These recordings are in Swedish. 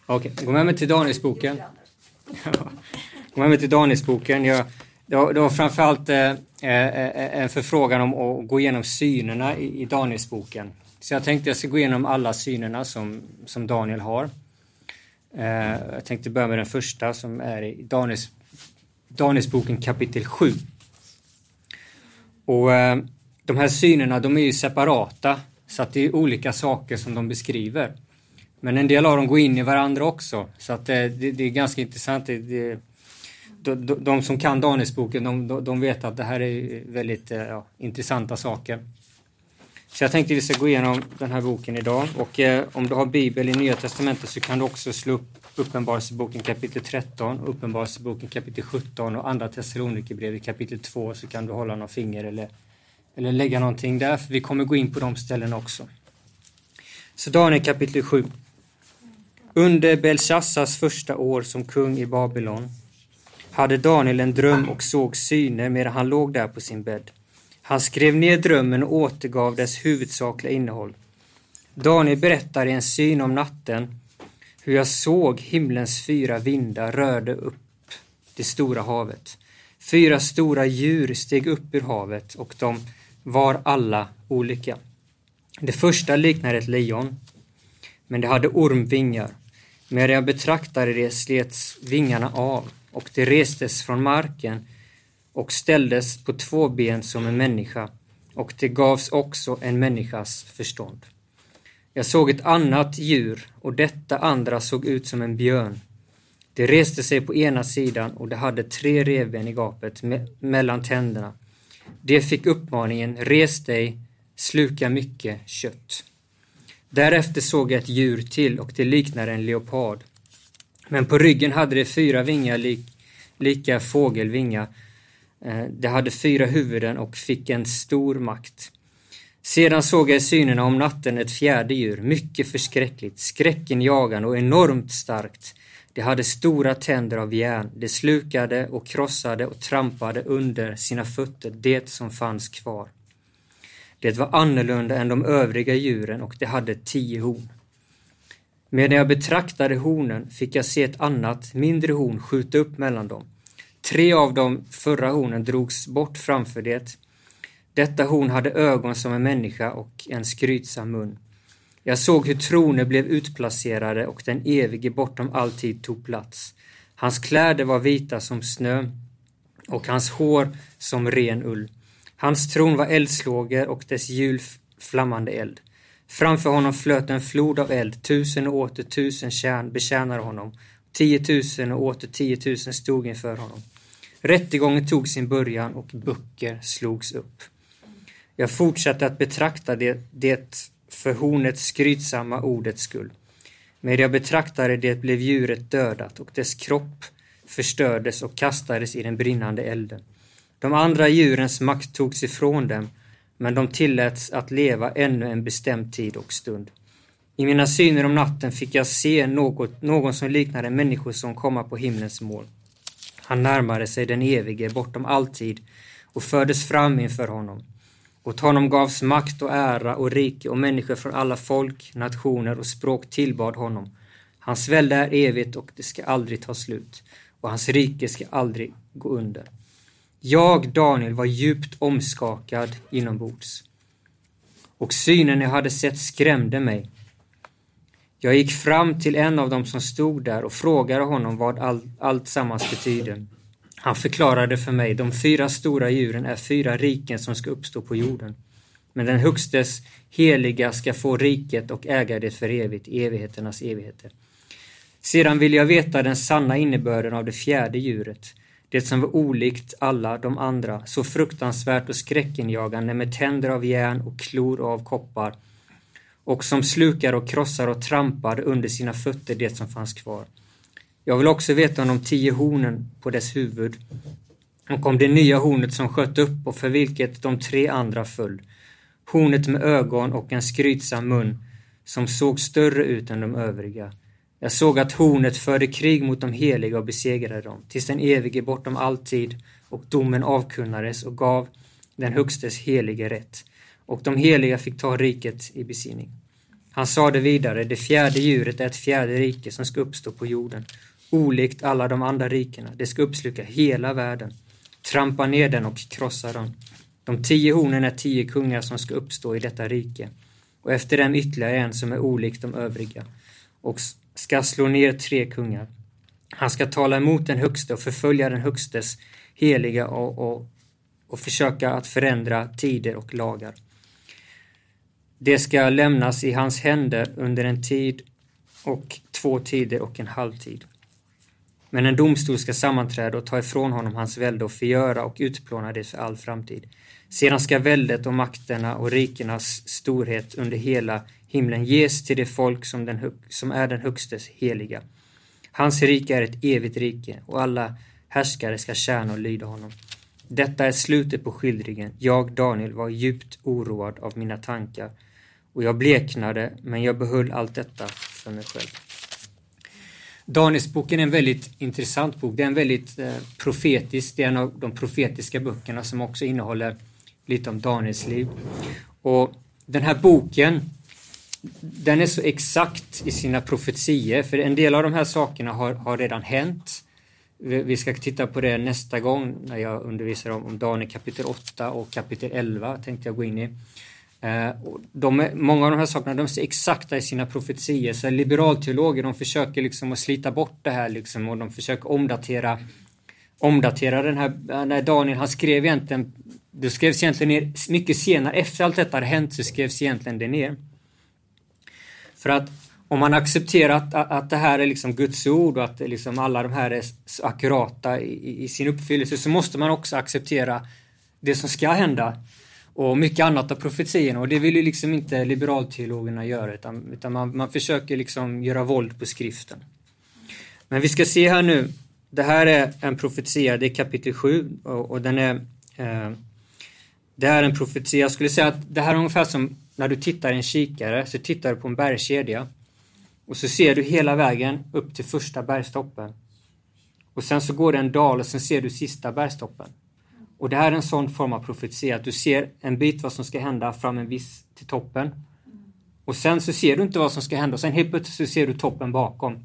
Okej, gå med mig till Danielsboken. Gå med mig till Danielsboken. Det var framförallt en förfrågan om att gå igenom synerna i Danielsboken. Så jag tänkte jag ska gå igenom alla synerna som Daniel har. Jag tänkte börja med den första som är i Danielsboken kapitel 7. Och de här synerna, de är ju separata, så att det är olika saker som de beskriver. Men en del av dem går in i varandra också, så att det är ganska intressant. De som kan Danielsboken, de vet att det här är väldigt intressanta saker. Så jag tänkte vi ska gå igenom den här boken idag. Och om du har Bibel i Nya Testamentet så kan du också slå upp Uppenbarelseboken kapitel 13, Uppenbarelseboken kapitel 17 och Andra Thessalonikerbrevet kapitel 2, så kan du hålla någon finger eller lägga någonting där, för vi kommer gå in på de ställena också. Så Daniel kapitel 7. Under Belshazzars första år som kung i Babylon hade Daniel en dröm och såg syner medan han låg där på sin bädd. Han skrev ner drömmen och återgav dess huvudsakliga innehåll. Daniel berättar i en syn om natten hur jag såg himlens 4 vindar rörde upp det stora havet. 4 stora djur steg upp ur havet och de var alla olika. Det första liknade ett lejon, men det hade ormvingar. Medan jag betraktade det slets vingarna av och det restes från marken och ställdes på 2 ben som en människa, och det gavs också en människas förstånd. Jag såg ett annat djur, och detta andra såg ut som en björn. Det reste sig på ena sidan och det hade 3 revben i gapet mellan tänderna. Det fick uppmaningen: res dig, sluka mycket kött. Därefter såg jag ett djur till, och det liknade en leopard. Men på ryggen hade det 4 vingar lika fågelvingar. Det hade 4 huvuden och fick en stor makt. Sedan såg jag i synerna om natten ett 4:e djur, mycket förskräckligt, skräckenjagande och enormt starkt. Det hade stora tänder av järn. Det slukade och krossade och trampade under sina fötter det som fanns kvar. Det var annorlunda än de övriga djuren, och det hade 10 horn. Medan jag betraktade hornen fick jag se ett annat, mindre horn skjuta upp mellan dem. 3 av de förra hornen drogs bort framför det. Detta horn hade ögon som en människa och en skrytsam mun. Jag såg hur troner blev utplacerade och den evige bortom all tid tog plats. Hans kläder var vita som snö och hans hår som ren ull. Hans tron var eldslågor och dess hjul flammande eld. Framför honom flöt en flod av eld. 1000 och åter 1000 betjänade honom. 10 000 och åter 10 000 stod inför honom. Rättegången tog sin början och böcker slogs upp. Jag fortsatte att betrakta det för hornets skrytsamma ordets skull. Men jag betraktade det blev djuret dödat och dess kropp förstördes och kastades i den brinnande elden. De andra djurens makt togs ifrån dem, men de tilläts att leva ännu en bestämd tid och stund. I mina syner om natten fick jag se någon som liknade människor som komma på himlens mål. Han närmade sig den evige bortom all tid och fördes fram inför honom. Åt honom gavs makt och ära och rike, och människor från alla folk, nationer och språk tillbad honom. Hans välde är evigt och det ska aldrig ta slut, och hans rike ska aldrig gå under. Jag, Daniel, var djupt omskakad inombords, och synen jag hade sett skrämde mig. Jag gick fram till en av dem som stod där och frågade honom vad allt sammans betyder. Han förklarade för mig: de 4 stora djuren är 4 riken som ska uppstå på jorden. Men den högstes heliga ska få riket och äga det för evigt, i evigheternas evigheter. Sedan vill jag veta den sanna innebörden av det 4:e djuret, det som var olikt alla de andra, så fruktansvärt och skräckenjagande, med tänder av järn och klor av koppar, och som slukar och krossar och trampar under sina fötter det som fanns kvar. Jag vill också veta om de 10 hornen på dess huvud, och om det nya hornet som sköt upp och för vilket de 3 andra föll. Hornet med ögon och en skrytsam mun som såg större ut än de övriga. Jag såg att hornet förde krig mot de heliga och besegrade dem, tills den evige bortom all tid och domen avkunnades och gav den högstes helige rätt. Och de heliga fick ta riket i besinning. Han sade vidare, det fjärde djuret är ett fjärde rike som ska uppstå på jorden. Olikt alla de andra rikena, det ska uppsluka hela världen. Trampa ner den och krossa den. De 10 hornen är 10 kungar som ska uppstå i detta rike. Och efter dem ytterligare en som är olik de övriga. Och ska slå ner 3 kungar. Han ska tala emot den högste och förfölja den högstes heliga och försöka att förändra tider och lagar. Det ska lämnas i hans händer under en tid och 2 tider och en halvtid. Men en domstol ska sammanträda och ta ifrån honom hans välde och förgöra och utplåna det för all framtid. Sedan ska väldet och makterna och rikernas storhet under hela himlen ges till det folk som är den högstes heliga. Hans rike är ett evigt rike och alla härskare ska tjäna och lyda honom. Detta är slutet på skildringen. Jag, Daniel, var djupt oroad av mina tankar och jag bleknade, men jag behöll allt detta för mig själv. Danielsboken är en väldigt intressant bok. Det är en väldigt profetisk, det är en av de profetiska böckerna som också innehåller lite om Daniels liv. Och den här boken, den är så exakt i sina profetier, för en del av de här sakerna har redan hänt. Vi ska titta på det nästa gång när jag undervisar om Daniel kapitel 8 och kapitel 11 tänkte jag gå in i. Många av de här sakerna, de är så exakta i sina profetier, så liberalteologer, de försöker liksom att slita bort det här liksom, och de försöker omdatera den här. När Daniel, han skrev egentligen, det skrevs egentligen ner mycket senare, efter allt detta hade hänt så skrevs egentligen det ner. För att om man accepterar att det här är liksom Guds ord och att liksom alla de här är så akurata i sin uppfyllelse, så måste man också acceptera det som ska hända och mycket annat av profetierna, och det vill ju liksom inte liberalteologerna göra, utan man försöker liksom göra våld på skriften. Men vi ska se här nu, det här är en profetia, det är kapitel 7 och den är det här är en profetia. Jag skulle säga att det här är ungefär som när du tittar i en kikare, så tittar du på en bergskedja och så ser du hela vägen upp till första bergstoppen. Och sen så går det en dal och sen ser du sista bergstoppen. Och det här är en sån form av profetia, att du ser en bit vad som ska hända fram en viss till toppen. Och sen så ser du inte vad som ska hända och sen helt plötsligt så ser du toppen bakom.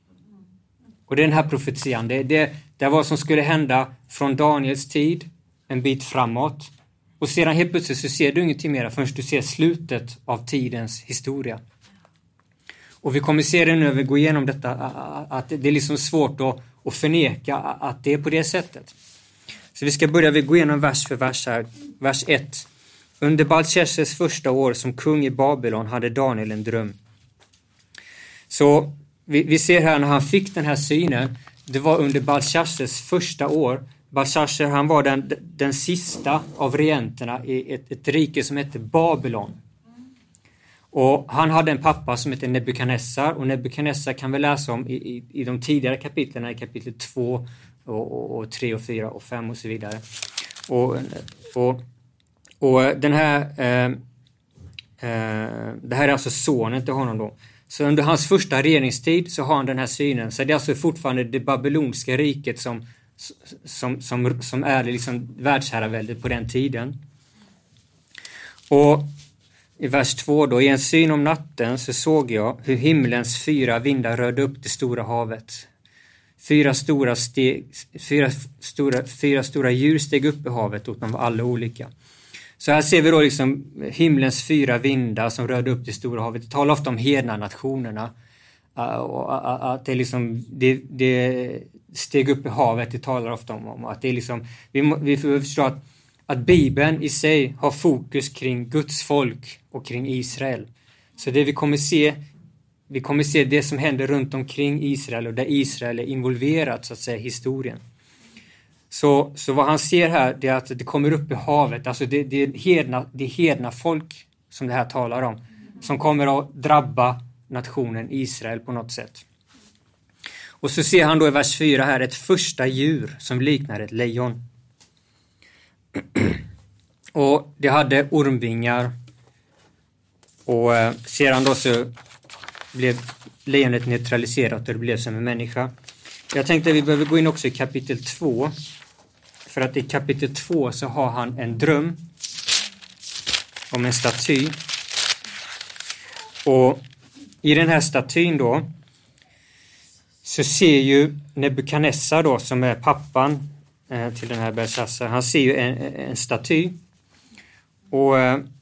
Och det är den här profetian, det är vad som skulle hända från Daniels tid en bit framåt. Och sedan helt plötsligt så ser du ingenting mer förrän du ser slutet av tidens historia. Och vi kommer se det nu när vi går igenom detta, att det är liksom svårt att förneka att det är på det sättet. Så vi ska börja gå igenom vers för vers här. Vers 1. Under Baltshazars första år som kung i Babylon hade Daniel en dröm. Så vi ser här när han fick den här synen, det var under Baltshazars första år. Baltshazar, han var den sista av regenterna i ett rike som hette Babylon. Och han hade en pappa som hette Nebukadnessar, och Nebukadnessar kan vi läsa om i de tidigare kapitlerna, i kapitel 2 och 3 och 4 och 5 och så vidare. Och den här det här är alltså sonen till honom då. Så under hans första regeringstid så har han den här synen. Så det är alltså fortfarande det babyloniska riket som är liksom världsherraväldet på den tiden. Och i vers 2 då, i en syn om natten så såg jag hur himlens 4 vindar rörde upp det stora havet. 4 stora djur steg upp i havet och de var alla olika. Så här ser vi då liksom himlens 4 vindar som rörde upp det stora havet. Det talar ofta om hedna nationerna. Att det liksom det steg upp i havet, det talar ofta om att det är liksom, vi får förstå att Bibeln i sig har fokus kring Guds folk och kring Israel. Så det vi kommer se det som händer runt omkring Israel och där Israel är involverat så att säga i historien. Så vad han ser här, det är att det kommer upp i havet, alltså det är hedna folk som det här talar om, som kommer att drabba nationen Israel på något sätt. Och så ser han då i vers 4 här ett första djur som liknar ett lejon. Och det hade ormvingar. Och sedan då så blev lejonet neutraliserat och det blev som en människa. Jag tänkte att vi behöver gå in också i kapitel 2. För att i kapitel 2 så har han en dröm om en staty. Och i den här statyn då så ser ju Nebukadnessar då, som är pappan till den här Belshazzar, han ser ju en staty. Och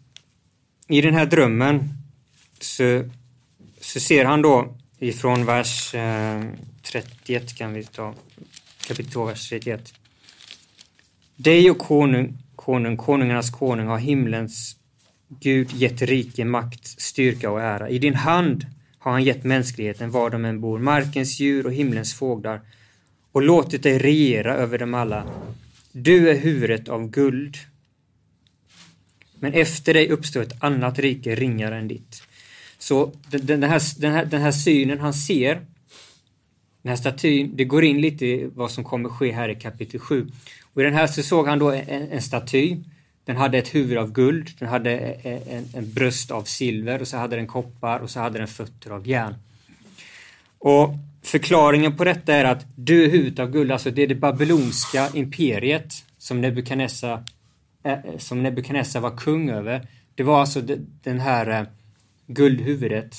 i den här drömmen så ser han då ifrån vers 31, kan vi ta kapitel 2, vers 31. Dig och konungarnas konung har himlens Gud gett rike, makt, styrka och ära. I din hand har han gett mänskligheten var de än bor, markens djur och himlens fåglar, och låtit dig regera över dem alla. Du är huvudet av guld, men efter dig uppstår ett annat rike ringare än ditt. Så den här synen han ser, den här statyn, det går in lite i vad som kommer ske här i kapitel 7. Och i den här så såg han då en staty. Den hade ett huvud av guld, den hade en bröst av silver, och så hade den koppar, och så hade den fötter av järn. Och förklaringen på detta är att du är huvudet av guld, alltså det är det babylonska imperiet som Nebukadnessar var kung över. Det var alltså den här guldhuvudet.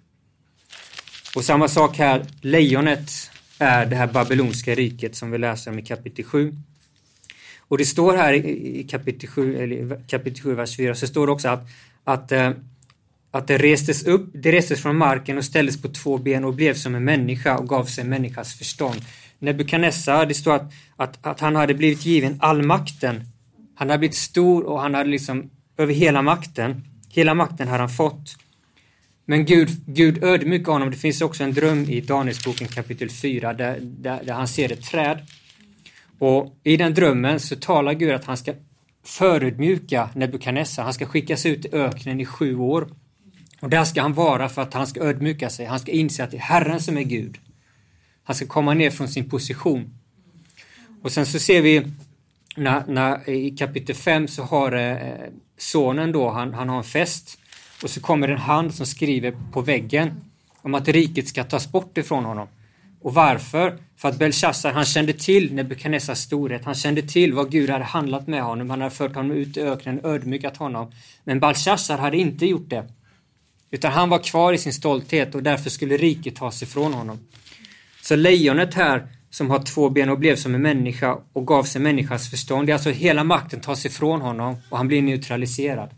Och samma sak här, lejonet är det här babylonska riket som vi läser om i kapitel 7. Och det står här i kapitel 7, vers 4, så står det också att det restes från marken och ställdes på 2 ben och blev som en människa och gav sig en människas förstånd. Nebukadnessar, det står att han hade blivit given all makten. Han hade blivit stor och han hade liksom över hela makten. Hela makten har han fått. Men Gud ödmjukade honom. Det finns också en dröm i Danielsboken kapitel 4 där han ser ett träd. Och i den drömmen så talar Gud att han ska förödmjuka Nebukadnessar. Han ska skickas ut i öknen i 7 år. Och där ska han vara för att han ska ödmjuka sig. Han ska inse att det är Herren som är Gud. Han ska komma ner från sin position. Och sen så ser vi när i kapitel 5 så har sonen då, han har en fest. Och så kommer en hand som skriver på väggen om att riket ska tas bort ifrån honom. Och varför? För att Belshazzar, han kände till Nebukadnessars storhet. Han kände till vad Gud hade handlat med honom. Han hade fört honom ut i öknen, ödmjukat honom. Men Belshazzar hade inte gjort det. Utan han var kvar i sin stolthet och därför skulle riket tas ifrån honom. Så lejonet här som har 2 ben och blev som en människa och gav sig människas förstånd. Det är alltså hela makten tas ifrån honom och han blir neutraliserad.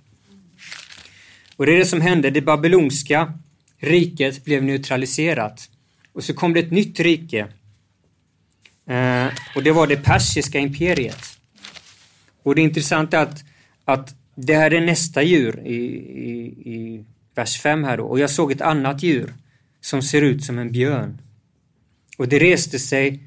Och det är det som hände. Det babylonska riket blev neutraliserat. Och så kom det ett nytt rike. Och det var det persiska imperiet. Och det är intressant att det här är nästa djur i vers 5 här då. Och jag såg ett annat djur som ser ut som en björn. Och det reste sig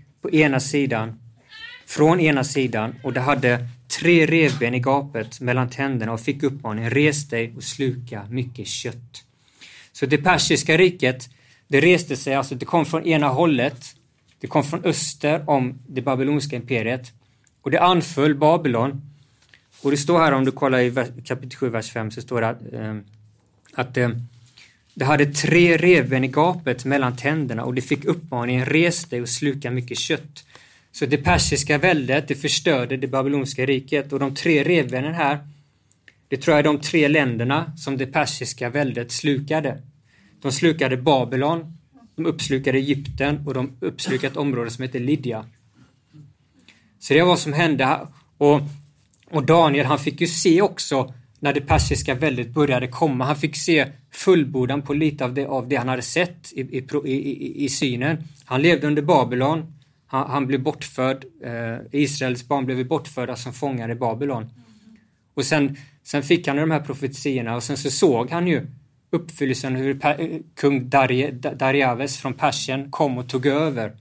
från ena sidan och det hade 3 revben i gapet mellan tänderna och fick uppmaningen: res dig och sluka mycket kött. Så det persiska riket, det reste sig, alltså det kom från ena hållet, det kom från öster om det babylonska imperiet och det anföll Babylon. Och det står här, om du kollar i kapitel 7, vers 5, så står det att det hade 3 revben i gapet mellan tänderna och det fick uppmaningen: res dig och sluka mycket kött. Så det persiska väldet, det förstörde det babylonska riket, och de 3 revbenen här, det tror jag är de 3 länderna som det persiska väldet slukade. De slukade Babylon, de uppslukade Egypten och de uppslukade ett område som heter Lydia. Så det var vad som hände. Och Daniel, han fick ju se också när det persiska väldet började komma. Han fick se fullbordan på lite av det han hade sett i synen. Han levde under Babylon. Han blev bortförd. Israels barn blev bortförda som fångar i Babylon. Och sen fick han de här profetierna och sen så såg han ju uppfyllelsen hur kung Dariaves från Persien kom och tog över.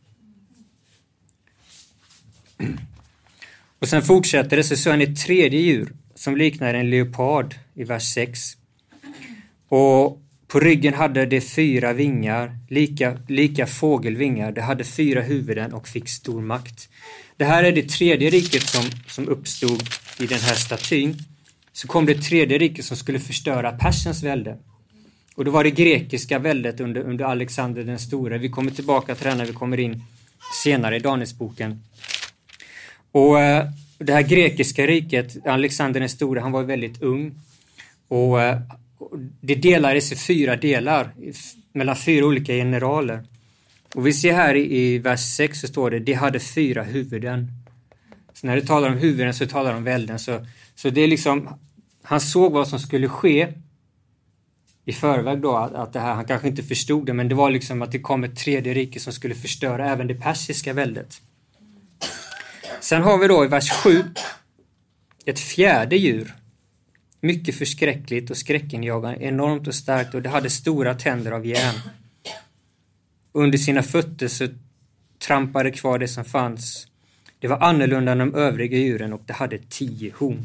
Och sen fortsätter det, så såg han ett tredje djur som liknar en leopard i vers 6. Och på ryggen hade det 4 vingar, lika fågelvingar. Det hade 4 huvuden och fick stor makt. Det här är det tredje riket som uppstod i den här statyn. Så kom det tredje riket som skulle förstöra Persiens välde. Och då var det grekiska väldet under Alexander den store. Vi kommer tillbaka till det när vi kommer in senare i Danielsboken. Och det här grekiska riket, Alexander den store, han var väldigt ung. Och det delades i 4 delar mellan 4 olika generaler. Och vi ser här i vers 6 så står det hade 4 huvuden. Så när det talar om huvuden så talar det om välden. Så det är liksom, han såg vad som skulle ske i förväg då, att det här, han kanske inte förstod det, men det var liksom att det kom ett 3:e rike som skulle förstöra även det persiska väldet. Sen har vi då i vers 7 ett 4:e djur. Mycket förskräckligt och skräckinjagande, enormt och starkt, och det hade stora tänder av järn. Under sina fötter så trampade kvar det som fanns. Det var annorlunda än de övriga djuren och det hade 10 horn.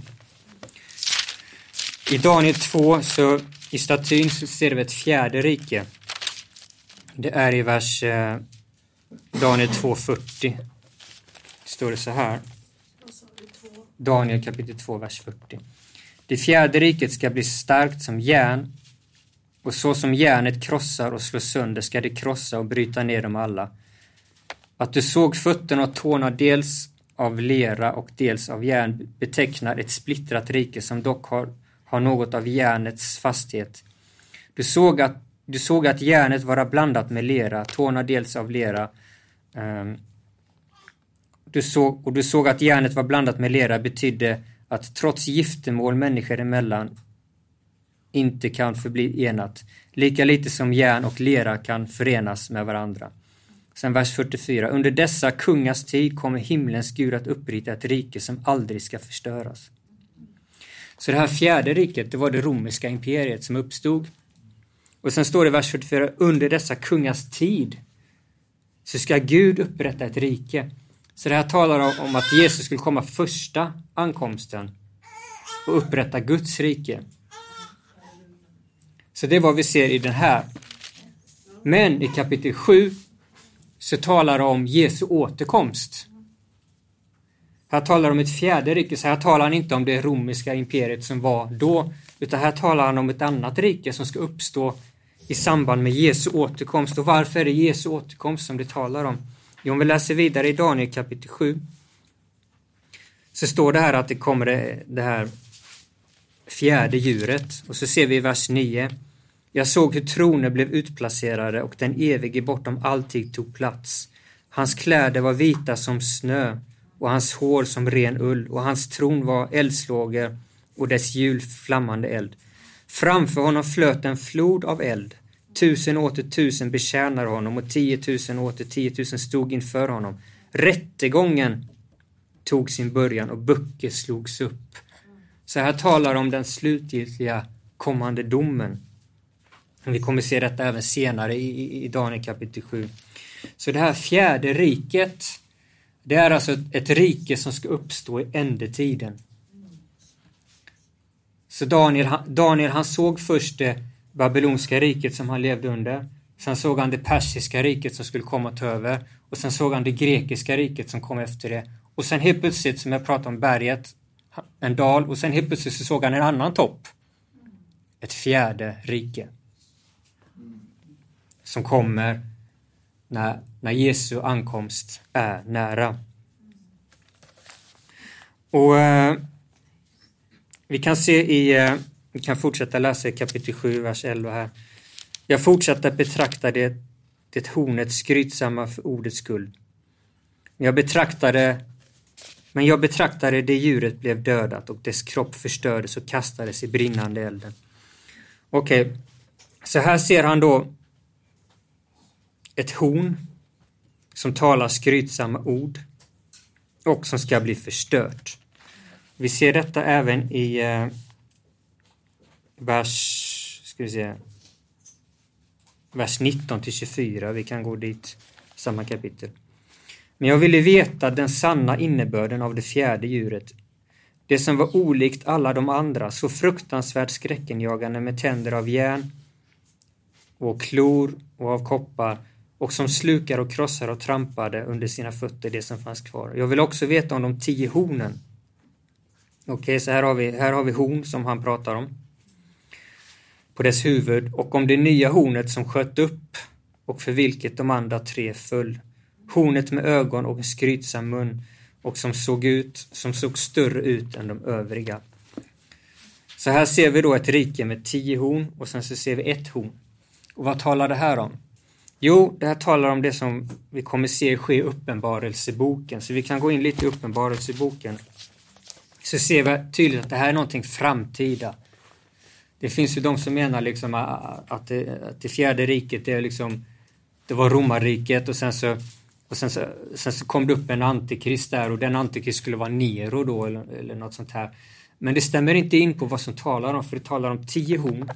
I Daniel 2 så i statyn så ser vi ett 4:e rike. Det är i vers Daniel 2:40. Står det så här. Daniel kapitel 2 vers 40. Det 4:e riket ska bli starkt som järn, och så som järnet krossar och slår sönder ska det krossa och bryta ner dem alla. Att du såg fötterna och tårna dels av lera och dels av järn betecknar ett splittrat rike som dock har något av järnets fasthet. Du såg att järnet var blandat med lera, tårna dels av lera. Du såg att järnet var blandat med lera betydde att trots giftermål människor emellan inte kan förbli enat. Lika lite som järn och lera kan förenas med varandra. Sen vers 44. Under dessa kungars tid kommer himlens Gud att upprita ett rike som aldrig ska förstöras. Så det här 4:e riket, det var det romerska imperiet som uppstod. Och sen står det i vers 44. Under dessa kungars tid så ska Gud upprätta ett rike. Så det här talar om att Jesus skulle komma första ankomsten och upprätta Guds rike. Så det är vad vi ser i den här. Men i kapitel 7 så talar det om Jesu återkomst. Här talar om ett 4:e rike, så här talar han inte om det romerska imperiet som var då, utan här talar han om ett annat rike som ska uppstå i samband med Jesu återkomst. Och varför är det Jesu återkomst som det talar om? Jo, om vi läser vidare i Daniel kapitel 7 så står det här att det kommer det här 4:e djuret. Och så ser vi i vers 9. Jag såg hur troner blev utplacerade och den evige bortom alltid tog plats. Hans kläder var vita som snö och hans hår som ren ull, och hans tron var eldslågor och dess hjul flammande eld. Framför honom flöt en flod av eld. 1000 åter 1000 betjänar honom och 10 000 åter 10 000 stod inför honom. Rättegången tog sin början och böcker slogs upp. Så här talar om den slutgiltiga kommande domen. Vi kommer se detta även senare i Daniel kapitel 7. Så det här 4:e riket, det är alltså ett rike som ska uppstå i ändetiden. Så Daniel han såg först det babylonska riket som han levde under. Sen såg han det persiska riket som skulle komma att ta över. Och sen såg han det grekiska riket som kom efter det. Och sen helt plötsligt, som jag pratade om, berget, en dal. Och sen helt plötsligt så såg han en annan topp. Ett 4:e rike. Som kommer när Jesu ankomst är nära. Och vi kan se vi kan fortsätta läsa i kapitel 7, vers 11 här. Jag fortsatte att betrakta det hornet skrytsamma för ordets skull. Men jag betraktade det djuret blev dödat och dess kropp förstördes och kastades i brinnande elden. Okej, så här ser han då ett horn som talar skrytsamma ord och som ska bli förstört. Vi ser detta även i vers 19-24. Vi kan gå dit, samma kapitel. Men jag ville veta den sanna innebörden av det 4:e djuret. Det som var olikt alla de andra, så fruktansvärt skräckenjagande med tänder av järn och klor och av koppar, och som slukar och krossar och trampade under sina fötter det som fanns kvar. Jag vill också veta om de 10 hornen. Okej, så här har vi horn som han pratar om på dess huvud, och om det nya hornet som sköt upp och för vilket de andra 3 föll. Hornet med ögon och en skrytsam mun och som såg större ut än de övriga. Så här ser vi då ett rike med 10 horn och sen så ser vi ett horn. Och vad talar det här om? Jo, det här talar om det som vi kommer se ske i Uppenbarelseboken. Så vi kan gå in lite i Uppenbarelseboken. Så ser vi tydligt att det här är någonting framtida. Det finns ju de som menar liksom att det fjärde riket är liksom, det var romarriket och sen så kom det upp en antikrist där och den antikrist skulle vara Nero då eller något sånt här. Men det stämmer inte in på vad som talar om, för det talar om 10 horn.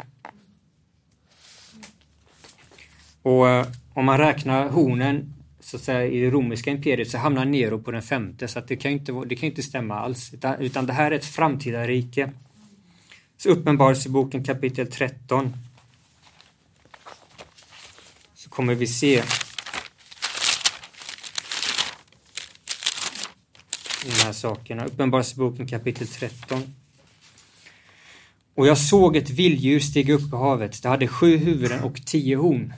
Och om man räknar hornen så att säga, i det romerska imperiet så hamnar Nero på den 5:e, så att det kan inte stämma alls. Utan det här är ett framtida rike. Så Uppenbarelseboken kapitel 13. Så kommer vi se de här sakerna. Uppenbarelseboken kapitel 13. Och jag såg ett vilddjur stiga upp på havet. Det hade 7 huvuden och 10 horn.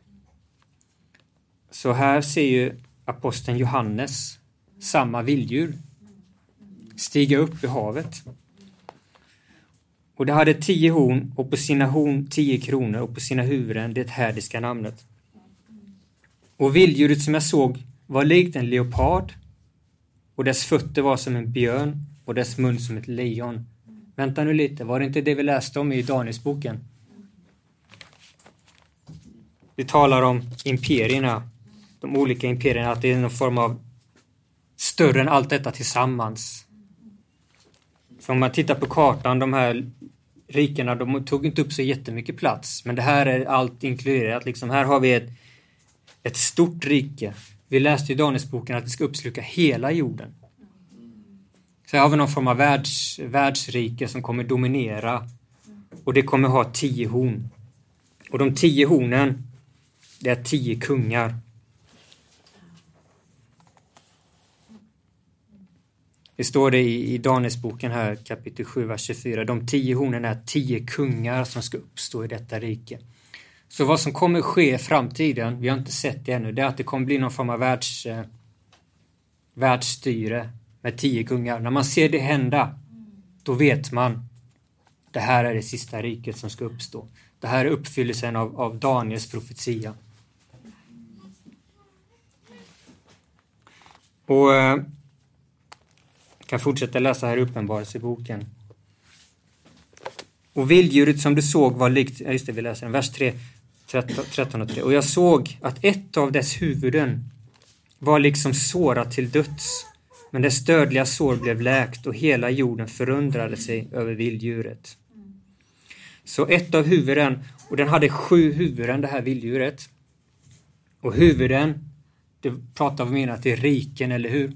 Så här ser ju aposteln Johannes samma vilddjur stiga upp i havet. Och det hade 10 horn och på sina horn 10 kronor och på sina huvuden det härdiska namnet. Och vilddjuret som jag såg var likt en leopard och dess fötter var som en björn och dess mun som ett lejon. Vänta nu lite, var det inte det vi läste om i Danielsboken? Vi talar om imperierna, de olika imperierna, att det är någon form av större än allt detta tillsammans. Så om man tittar på kartan, de här rikena, de tog inte upp så jättemycket plats. Men det här är allt inkluderat. Liksom, här har vi ett stort rike. Vi läste i Danielsboken att det ska uppsluka hela jorden. Så här har vi någon form av världsrike som kommer dominera. Och det kommer ha 10 horn. Och de 10 hornen, det är 10 kungar. Det står det i Danielsboken här, kapitel 7, vers 24. De 10 hornen är 10 kungar som ska uppstå i detta rike. Så vad som kommer ske i framtiden, vi har inte sett det ännu, det är att det kommer bli någon form av världsstyre med 10 kungar. När man ser det hända, då vet man, det här är det sista riket som ska uppstå. Det här är uppfyllelsen av Daniels profetia. Och kan fortsätta läsa här i Uppenbarelseboken. Och vilddjuret som du såg var likt, just det, vi läser den, vers 13 och 3. Och jag såg att ett av dess huvuden var liksom sårat till döds, men dess dödliga sår blev läkt och hela jorden förundrade sig över vilddjuret. Så ett av huvuden, och den hade 7 huvuden, det här vilddjuret. Och huvuden, det pratar vi om att det är riken, eller hur?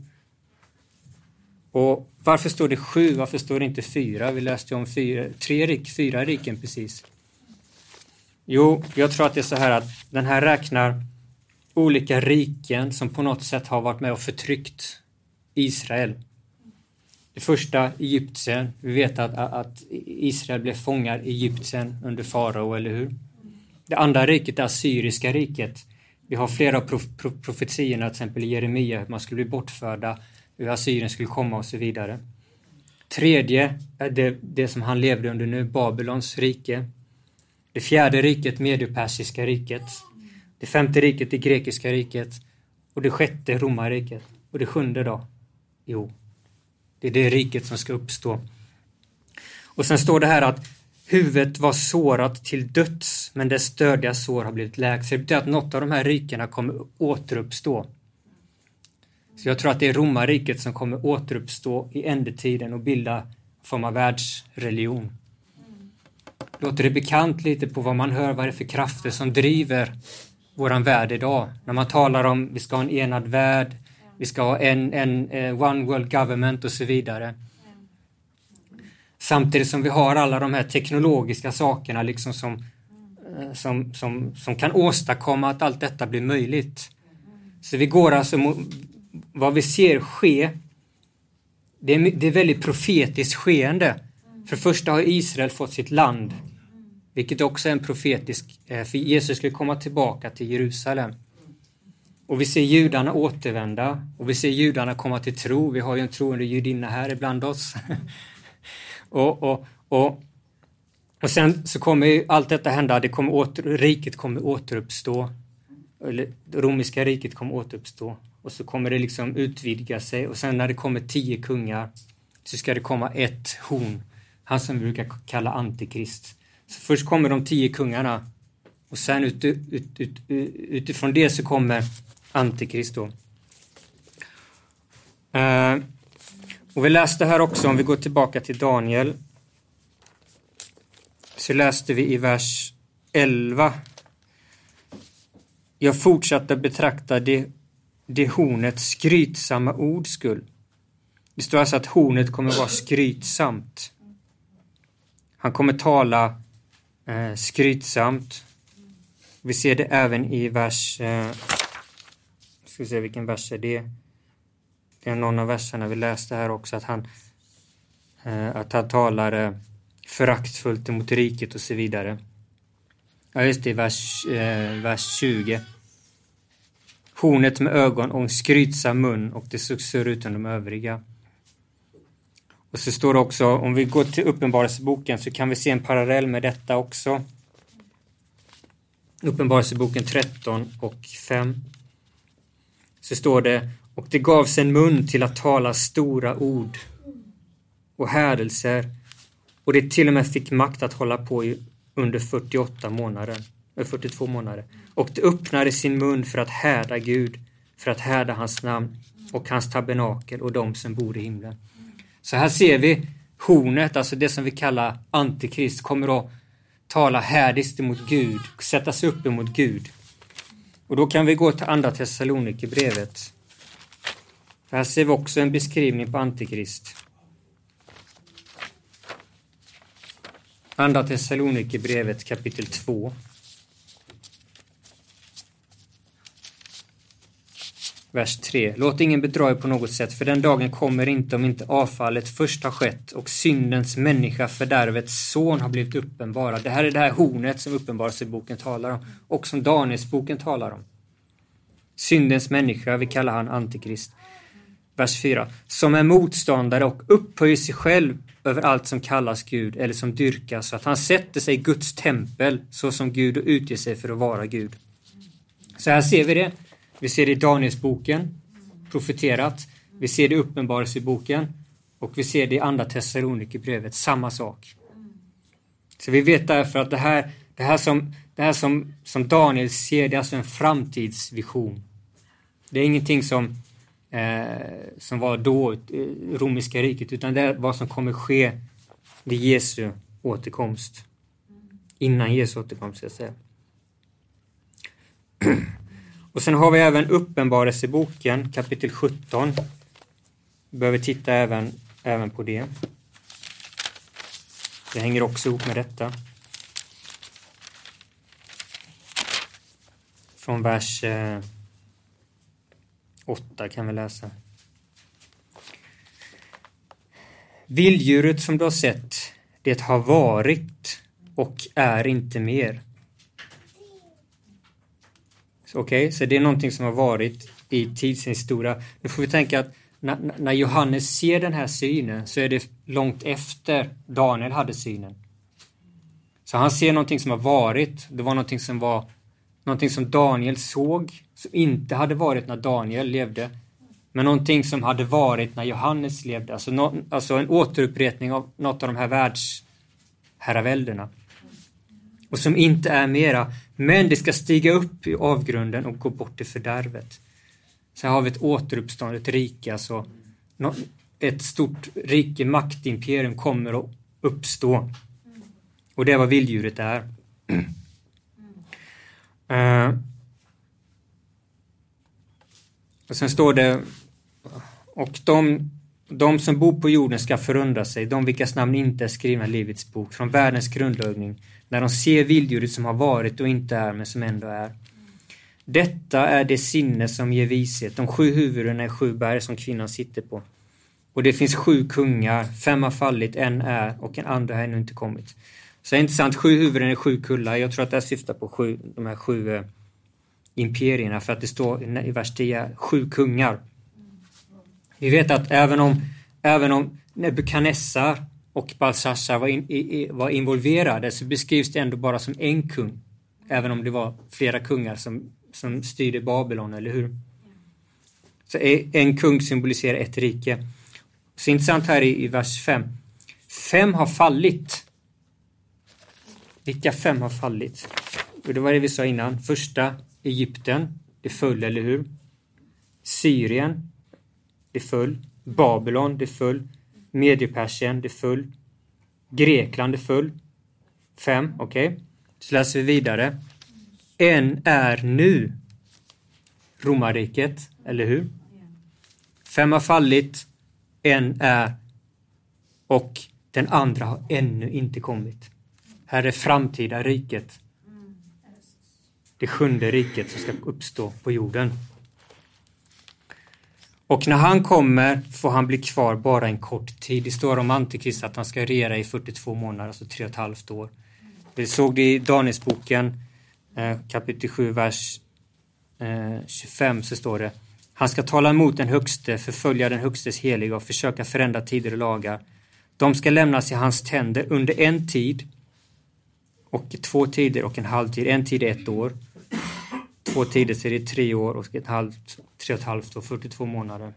Och varför står det 7? Varför står det inte 4? Vi läste om 4 riken precis. Jo, jag tror att det är så här att den här räknar olika riken som på något sätt har varit med och förtryckt Israel. Det första, Egypten. Vi vet att Israel blev fångar i Egypten under farao, eller hur? Det andra riket är Assyriska riket. Vi har flera profetiorna, till exempel i Jeremia, att man skulle bli bortförda, hur Assyrien skulle komma och så vidare. Tredje är det som han levde under nu, Babylons rike. Det fjärde riket, Mediopersiska riket. Det 5:e riket, det grekiska riket. Och det 6:e, romarriket. Och det 7:e då? Jo, det är det riket som ska uppstå. Och sen står det här att huvudet var sårat till döds, men dess dödliga sår har blivit läkt. Så det betyder att något av de här rikena kommer återuppstå. Så jag tror att det är romarriket som kommer återuppstå i ändetiden och bilda en form av världsreligion. Låter det bekant lite på vad man hör, vad det är för krafter som driver våran värld idag? När man talar om vi ska ha en enad värld, vi ska ha en one world government och så vidare. Samtidigt som vi har alla de här teknologiska sakerna liksom som kan åstadkomma att allt detta blir möjligt. Så vi går alltså vad vi ser ske, det är väldigt profetiskt skeende. För det första har Israel fått sitt land, vilket också är en profetisk, för Jesus skulle komma tillbaka till Jerusalem. Och vi ser judarna återvända, och vi ser judarna komma till tro. Vi har ju en troende judinna här ibland oss. och Och sen så kommer ju allt detta hända. Riket kommer återuppstå. Eller romerska riket kommer återuppstå. Och så kommer det liksom utvidga sig. Och sen när det kommer 10 kungar så ska det komma ett horn. Han som vi brukar kalla antikrist. Så först kommer de 10 kungarna. Och sen utifrån det så kommer antikrist då. Och vi läste här också, om vi går tillbaka till Daniel. Så läste vi i vers 11. Jag fortsatte betrakta det hornets skrytsamma ord skull. Det står alltså att hornet kommer vara skrytsamt. Han kommer tala skrytsamt. Vi ser det även i vers... ska vi se vilken vers är det. Det är någon av verserna vi läste här också. Att han talar föraktfullt emot riket och så vidare. Ja, just det, vers 20. Hornet med ögon och en skrytsam mun och det såg större ut än de övriga. Och så står det också, om vi går till Uppenbarelseboken så kan vi se en parallell med detta också. Uppenbarelseboken 13 och 5. Så står det, och det gavs en mun till att tala stora ord och hädelser. Och det till och med fick makt att hålla på under 42 månader. Och det öppnade sin mun för att härda Gud, för att härda hans namn och hans tabernakel och de som bor i himlen. Så här ser vi hornet, alltså det som vi kallar antikrist, kommer att tala härdiskt emot Gud, sätta sig upp emot Gud. Och då kan vi gå till andra Thessalonikerbrevet. Här ser vi också en beskrivning på antikrist. Andra Thessalonikerbrevet kapitel 2. Vers 3. Låt ingen bedra er på något sätt, för den dagen kommer inte om inte avfallet först har skett och syndens människa, fördärvets son, har blivit uppenbara. Det här är det här hornet som Uppenbarelseboken talar om och som Danielsboken talar om. Syndens människa, vi kallar han antikrist. Vers 4. Som är motståndare och upphöjer sig själv över allt som kallas Gud eller som dyrkas, så att han sätter sig i Guds tempel så som Gud och utger sig för att vara Gud. Så här ser vi det. Vi ser det i Danielsboken, profeterat. Vi ser det i Uppenbarelseboken och vi ser det i andra Thessalonikerbrevet, samma sak. Så vi vet därför att det här som Daniel ser, det är alltså en framtidsvision. Det är ingenting som var då romerska riket, utan det är vad som kommer ske vid Jesu återkomst. Innan Jesu återkomst, ska jag säga. Och sen har vi även Uppenbarelseboken kapitel 17. Vi behöver titta även på det. Det hänger också ihop med detta. Från vers 8 kan vi läsa. Vilddjuret som du har sett, det har varit och är inte mer. Okej, så det är någonting som har varit i tidshistoria. Nu får vi tänka att när Johannes ser den här synen så är det långt efter Daniel hade synen. Så han ser någonting som har varit. Det var någonting som Daniel såg, som inte hade varit när Daniel levde, men någonting som hade varit när Johannes levde. Alltså en återupprepning av något av de här världsherraväldena. Och som inte är mera, men det ska stiga upp i avgrunden och gå bort i fördärvet. Så här har vi ett återuppstånd, ett rike, alltså ett stort rike, maktimperium kommer att uppstå. Och det är vad vilddjuret är. Och sen står det, och de som bor på jorden ska förundra sig, de vilkas namn inte är skrivna i livets bok från världens grundläggning, när de ser vilddjuret som har varit och inte är, men som ändå är. Detta är det sinne som ger vishet. De 7 huvuden är 7 berg som kvinnan sitter på. Och det finns 7 kungar, 5 har fallit, en är och en andra har ännu inte kommit. Så det är intressant, 7 huvuden är 7 kullar. Jag tror att det här syftar på de här 7 imperierna, för att det står i vers 10, 7 kungar. Vi vet att även om Nebukadnessar och Belshazzar var involverade, så beskrivs det ändå bara som en kung. Även om det var flera kungar som styrde Babylon, eller hur? Så en kung symboliserar ett rike. Så intressant här i vers 5. 5 har fallit. Vilka 5 har fallit? Och det var det vi sa innan. Första, Egypten. Det föll, eller hur? Syrien. Det föll. Babylon. Det föll. Mediepersien. Det föll. Grekland. Det föll. 5, okej. Så läser vi vidare. En är nu Romarriket, eller hur? 5 har fallit. En är, och den andra har ännu inte kommit. Här är framtida riket. Det 7:e riket som ska uppstå på jorden. Och när han kommer får han bli kvar bara en kort tid. Det står om Antikrist att han ska regera i 42 månader, alltså 3,5 år. Vi såg det i Danielsboken, kapitel 7, vers 25, så står det: han ska tala emot den högste, förfölja den högstes heliga och försöka förändra tider och lagar. De ska lämnas i hans tänder under en tid och 2 tider och en halvtid. En tid är 1 år. 2 tider så är det 3 år och 3,5 år, 42 månader.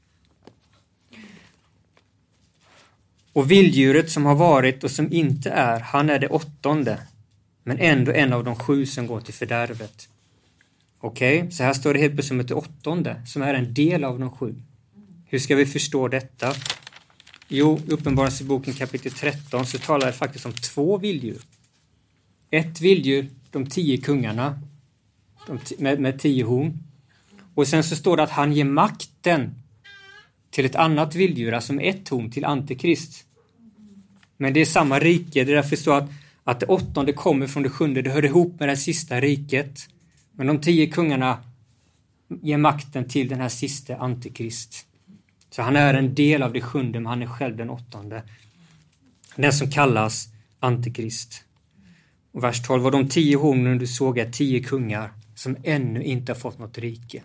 Och vilddjuret som har varit och som inte är, han är det 8:e, men ändå en av de 7 som går till fördärvet. Okej, så här står det helt plötsligt som ett 8:e, som är en del av de 7. Hur ska vi förstå detta? Jo, Uppenbarelseboken kapitel 13 så talar det faktiskt om 2 vilddjur. Ett vilddjur, de 10 kungarna, med 10 horn. Och sen så står det att han ger makten till ett annat vilddjur, alltså med 1 horn, till Antikrist. Men det är samma rike, det är därför det står att det 8:e kommer från det 7:e, det hör ihop med det sista riket. Men de 10 kungarna ger makten till den här sista Antikrist. Så han är en del av det 7:e, men han är själv den 8:e. Den som kallas Antikrist. Och vers 12: och de 10 hornen du såg är 10 kungar som ännu inte har fått något rike.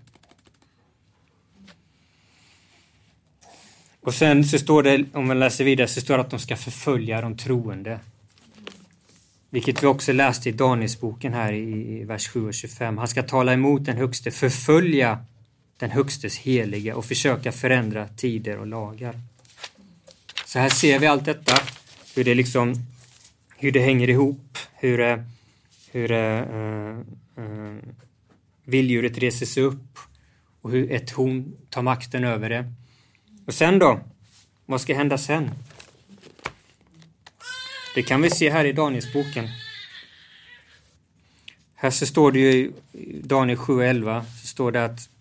Och sen så står det, om man läser vidare, så står det att de ska förfölja de troende. Vilket vi också läste i Danielsboken här i vers 7 och 25. Han ska tala emot den högste, förfölja den högstes heliga och försöka förändra tider och lagar. Så här ser vi allt detta, hur det hänger ihop, hur vilddjuret reser sig upp och hur ett horn tar makten över det. Och sen då? Vad ska hända sen? Det kan vi se här i Danielsboken. Här så står det ju i Daniel 7:11, så står det att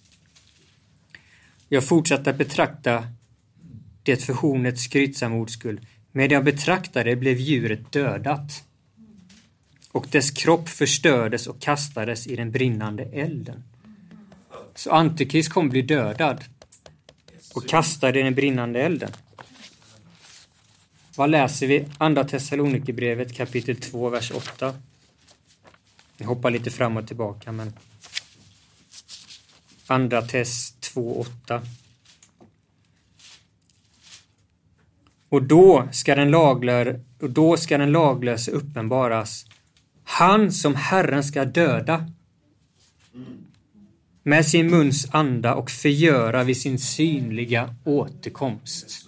jag fortsatte att betrakta det för hornets skrytsamma ords skull. Medan jag betraktade blev djuret dödat. Och dess kropp förstördes och kastades i den brinnande elden. Så Antikrist kommer bli dödad och kastad i den brinnande elden. Vad läser vi? Andra Thessalonikerbrevet kapitel 2, vers 8. Jag hoppar lite fram och tillbaka, men Andra Tess 2:8. Och då ska den laglöse uppenbaras, han som Herren ska döda med sin muns anda och förgöra vid sin synliga återkomst.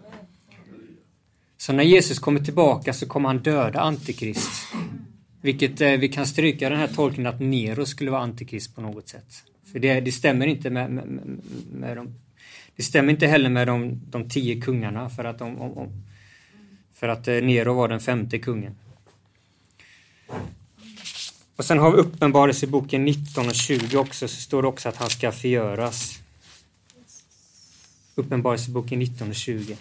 Så när Jesus kommer tillbaka så kommer han döda Antikrist. Vilket vi kan stryka den här tolkningen att Nero skulle vara Antikrist på något sätt. För det stämmer inte med dem. Det stämmer inte heller med de 10 kungarna, för att Nero var den 5:e kungen. Och sen har vi Uppenbarelseboken 19 och 20 också, så står det också att han ska förgöras. Uppenbarelseboken 19 och 20.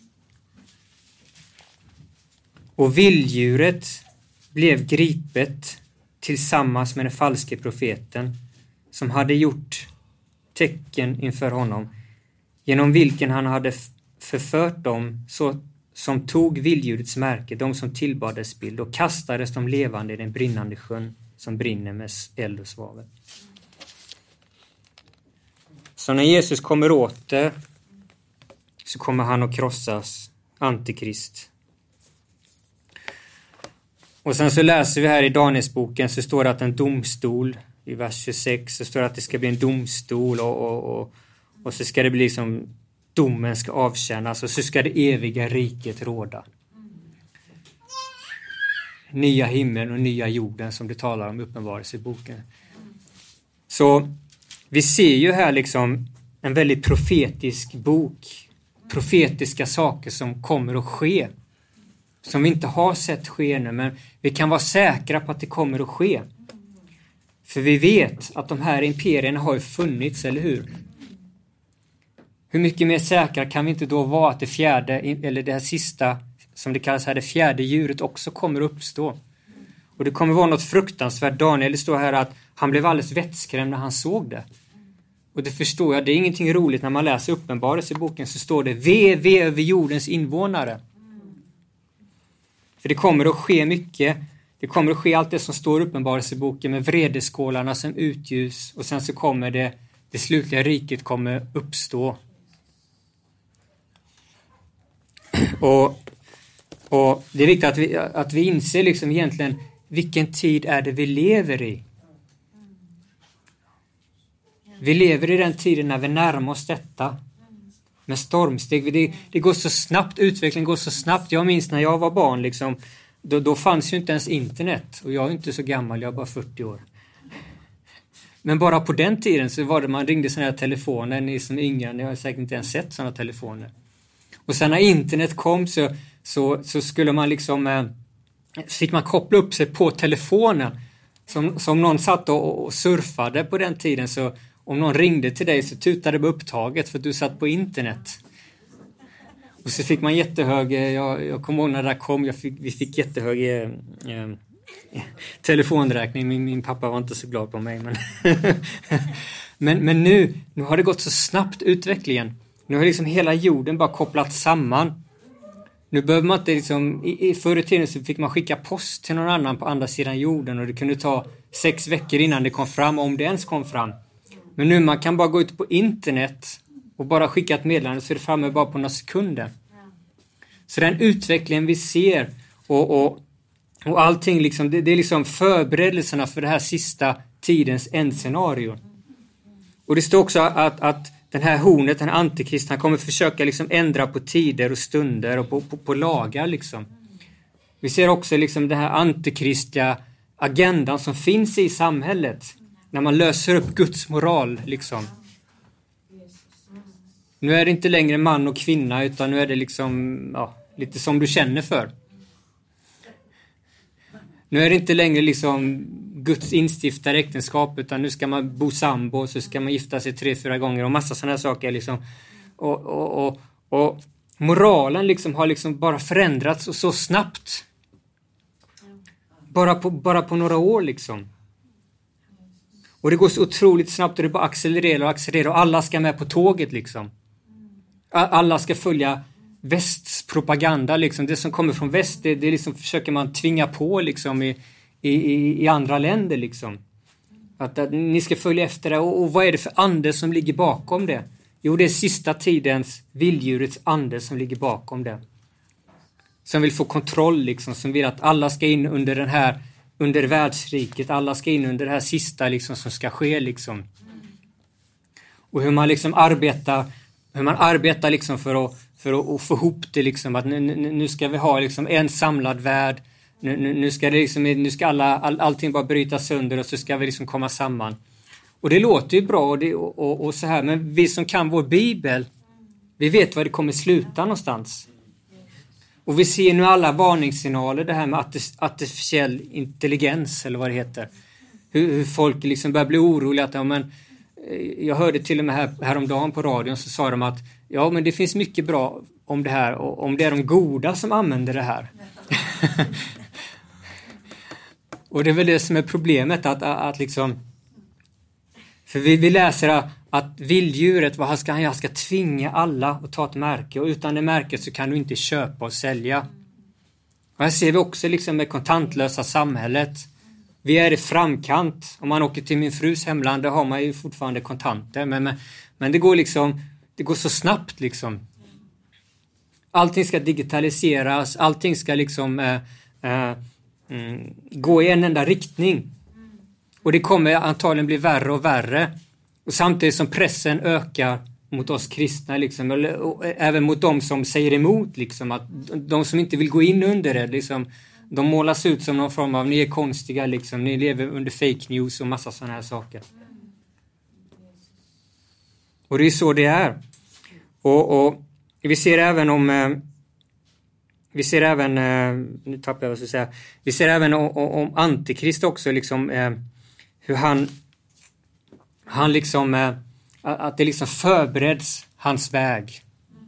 Och vilddjuret blev gripet tillsammans med den falske profeten som hade gjort tecken inför honom, genom vilken han hade förfört dem som tog vilddjurets märke, de som tillbades bild, och kastades de levande i den brinnande sjön som brinner med eld och svavel. Så när Jesus kommer åter så kommer han att krossas Antikrist. Och sen så läser vi här i Danielsboken, så står det att en domstol, i vers 26 så står det att det ska bli en domstol och så ska det bli som domen ska avtjänas och så ska det eviga riket råda. Nya himmel och nya jorden som det talar om i Uppenbarelseboken. Så vi ser ju här liksom en väldigt profetisk bok. Profetiska saker som kommer att ske. Som vi inte har sett ske nu, men vi kan vara säkra på att det kommer att ske. För vi vet att de här imperierna har ju funnits, eller hur? Hur mycket mer säkra kan vi inte då vara att det fjärde, eller det här sista, som det kallas här, det fjärde djuret också kommer att uppstå. Och det kommer vara något fruktansvärt. Daniel står här att han blev alldeles vettskrämd när han såg det. Och det förstår jag, det är ingenting roligt när man läser Uppenbarelseboken, så står det ve över jordens invånare. För det kommer att ske mycket. Det kommer att ske allt det som står i Uppenbarelseboken med vredeskålarna som utljus. Och sen så kommer det slutliga riket kommer uppstå. Och det är viktigt att vi inser liksom egentligen vilken tid är det vi lever i. Vi lever i den tiden när vi närmar oss detta med stormsteg. Det går så snabbt, utvecklingen går så snabbt. Jag minns när jag var barn liksom, då fanns ju inte ens internet. Och jag är inte så gammal, jag är bara 40 år. Men bara på den tiden så var det man ringde sådana här telefoner. Ni som är yngre, ni har säkert inte ens sett sådana telefoner. Och sen när internet kom så skulle man liksom, fick man koppla upp sig på telefonen. Som någon satt och surfade på den tiden, så om någon ringde till dig så tutade det på upptaget för att du satt på internet. Och så fick man jättehög, jag kommer ihåg när det där kom, vi fick jättehög telefonräkning. Min pappa var inte så glad på mig. Men nu har det gått så snabbt, utvecklingen. Nu har liksom hela jorden bara kopplat samman. Nu behöver man inte liksom, förr i tiden så fick man skicka post till någon annan på andra sidan jorden och det kunde ta 6 veckor innan det kom fram, om det ens kom fram. Men nu man kan bara gå ut på internet och bara skicka ett meddelande så är det framme bara på några sekunder. Så den utvecklingen vi ser och allting liksom, det är liksom förberedelserna för det här sista tidensändscenario. Och det står också att den här hornet, den här antikrist, han kommer försöka liksom ändra på tider och stunder och på lagar liksom. Vi ser också liksom den här antikristliga agendan som finns i samhället. När man löser upp Guds moral liksom. Nu är det inte längre man och kvinna, utan nu är det liksom lite som du känner för. Nu är det inte längre liksom Guds instiftade äktenskap, utan nu ska man bo sambo och så ska man gifta sig 3-4 gånger och massa sådana saker liksom. Och moralen liksom har liksom bara förändrats och så snabbt. Bara på några år liksom. Och det går så otroligt snabbt och det bara accelererar och alla ska med på tåget liksom. Alla ska följa västs propaganda liksom. Det som kommer från väst, det liksom försöker man tvinga på liksom i andra länder liksom. Att ni ska följa efter det. Och vad är det för ande som ligger bakom det? Jo, det är sista tidens vilddjurets ande som ligger bakom det. Som vill få kontroll liksom, som vill att alla ska in under världsriket, alla ska in under det här sista liksom som ska ske liksom. Och hur man liksom arbetar liksom för att få ihop det liksom, att nu ska vi ha liksom en samlad värld. Nu ska det liksom, nu ska allting bara brytas sönder och så ska vi liksom komma samman. Och det låter ju bra och så här, men vi som kan vår bibel, vi vet var det kommer sluta någonstans. Och vi ser nu alla varningssignaler, det här med artificiell intelligens eller vad det heter. Hur folk liksom börjar bli oroliga att jag hörde till och med häromdagen på radion, så sa de att men det finns mycket bra om det här, och om det är de goda som använder det här. Och det är väl det som är problemet, att liksom, för vi läser att vilddjuret, han ska tvinga alla att ta ett märke, och utan det märket så kan du inte köpa och sälja. Och här ser vi också liksom med kontantlösa samhället. Vi är i framkant. Om man åker till min frus hemland, där har man ju fortfarande kontanter. Men det går så snabbt liksom. Allting ska digitaliseras, allting ska liksom gå i en enda riktning. Och det kommer antagligen bli värre och värre. Och samtidigt som pressen ökar mot oss kristna, liksom, och även mot de som säger emot, liksom, att de som inte vill gå in under det, liksom, de målas ut som någon form av, ni är konstiga, liksom, ni lever under fake news och massa sådana här saker. Och det är så det är. Och vi ser även nu tappar jag vad jag ska säga. Vi ser även om Antikrist också, liksom, hur han liksom, att det liksom förbereds hans väg.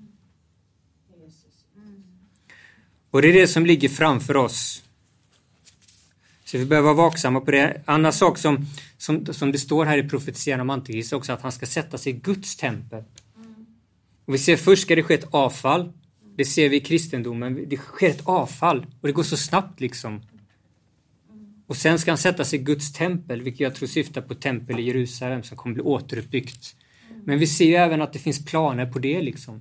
Och det är det som ligger framför oss. Så vi behöver vara vaksamma på det. Annan sak som det står här i profetian om Antikrist också, att han ska sätta sig i Guds tempel. Och vi ser först ska det ske ett avfall. Det ser vi i kristendomen. Det sker ett avfall. Och det går så snabbt liksom. Och sen ska han sätta sig i Guds tempel. Vilket jag tror syftar på tempel i Jerusalem som kommer bli återuppbyggt. Men vi ser ju även att det finns planer på det liksom.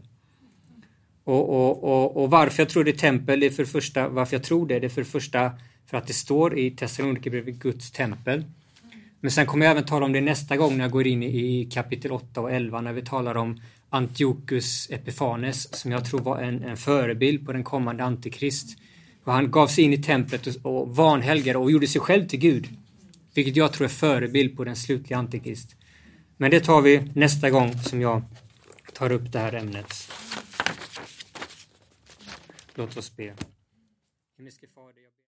Och varför jag tror det är tempel, det är för det första, varför jag tror det är för det första för att det står i Thessalonikerbrevet Guds tempel. Men sen kommer jag även tala om det nästa gång när jag går in i kapitel 8 och 11 när vi talar om Antiochus Epiphanes som jag tror var en förebild på den kommande antikrist. Och han gav sig in i templet och vanhelgade och gjorde sig själv till Gud. Vilket jag tror är förebild på den slutliga antikrist. Men det tar vi nästa gång som jag tar upp det här ämnet. Låt oss be.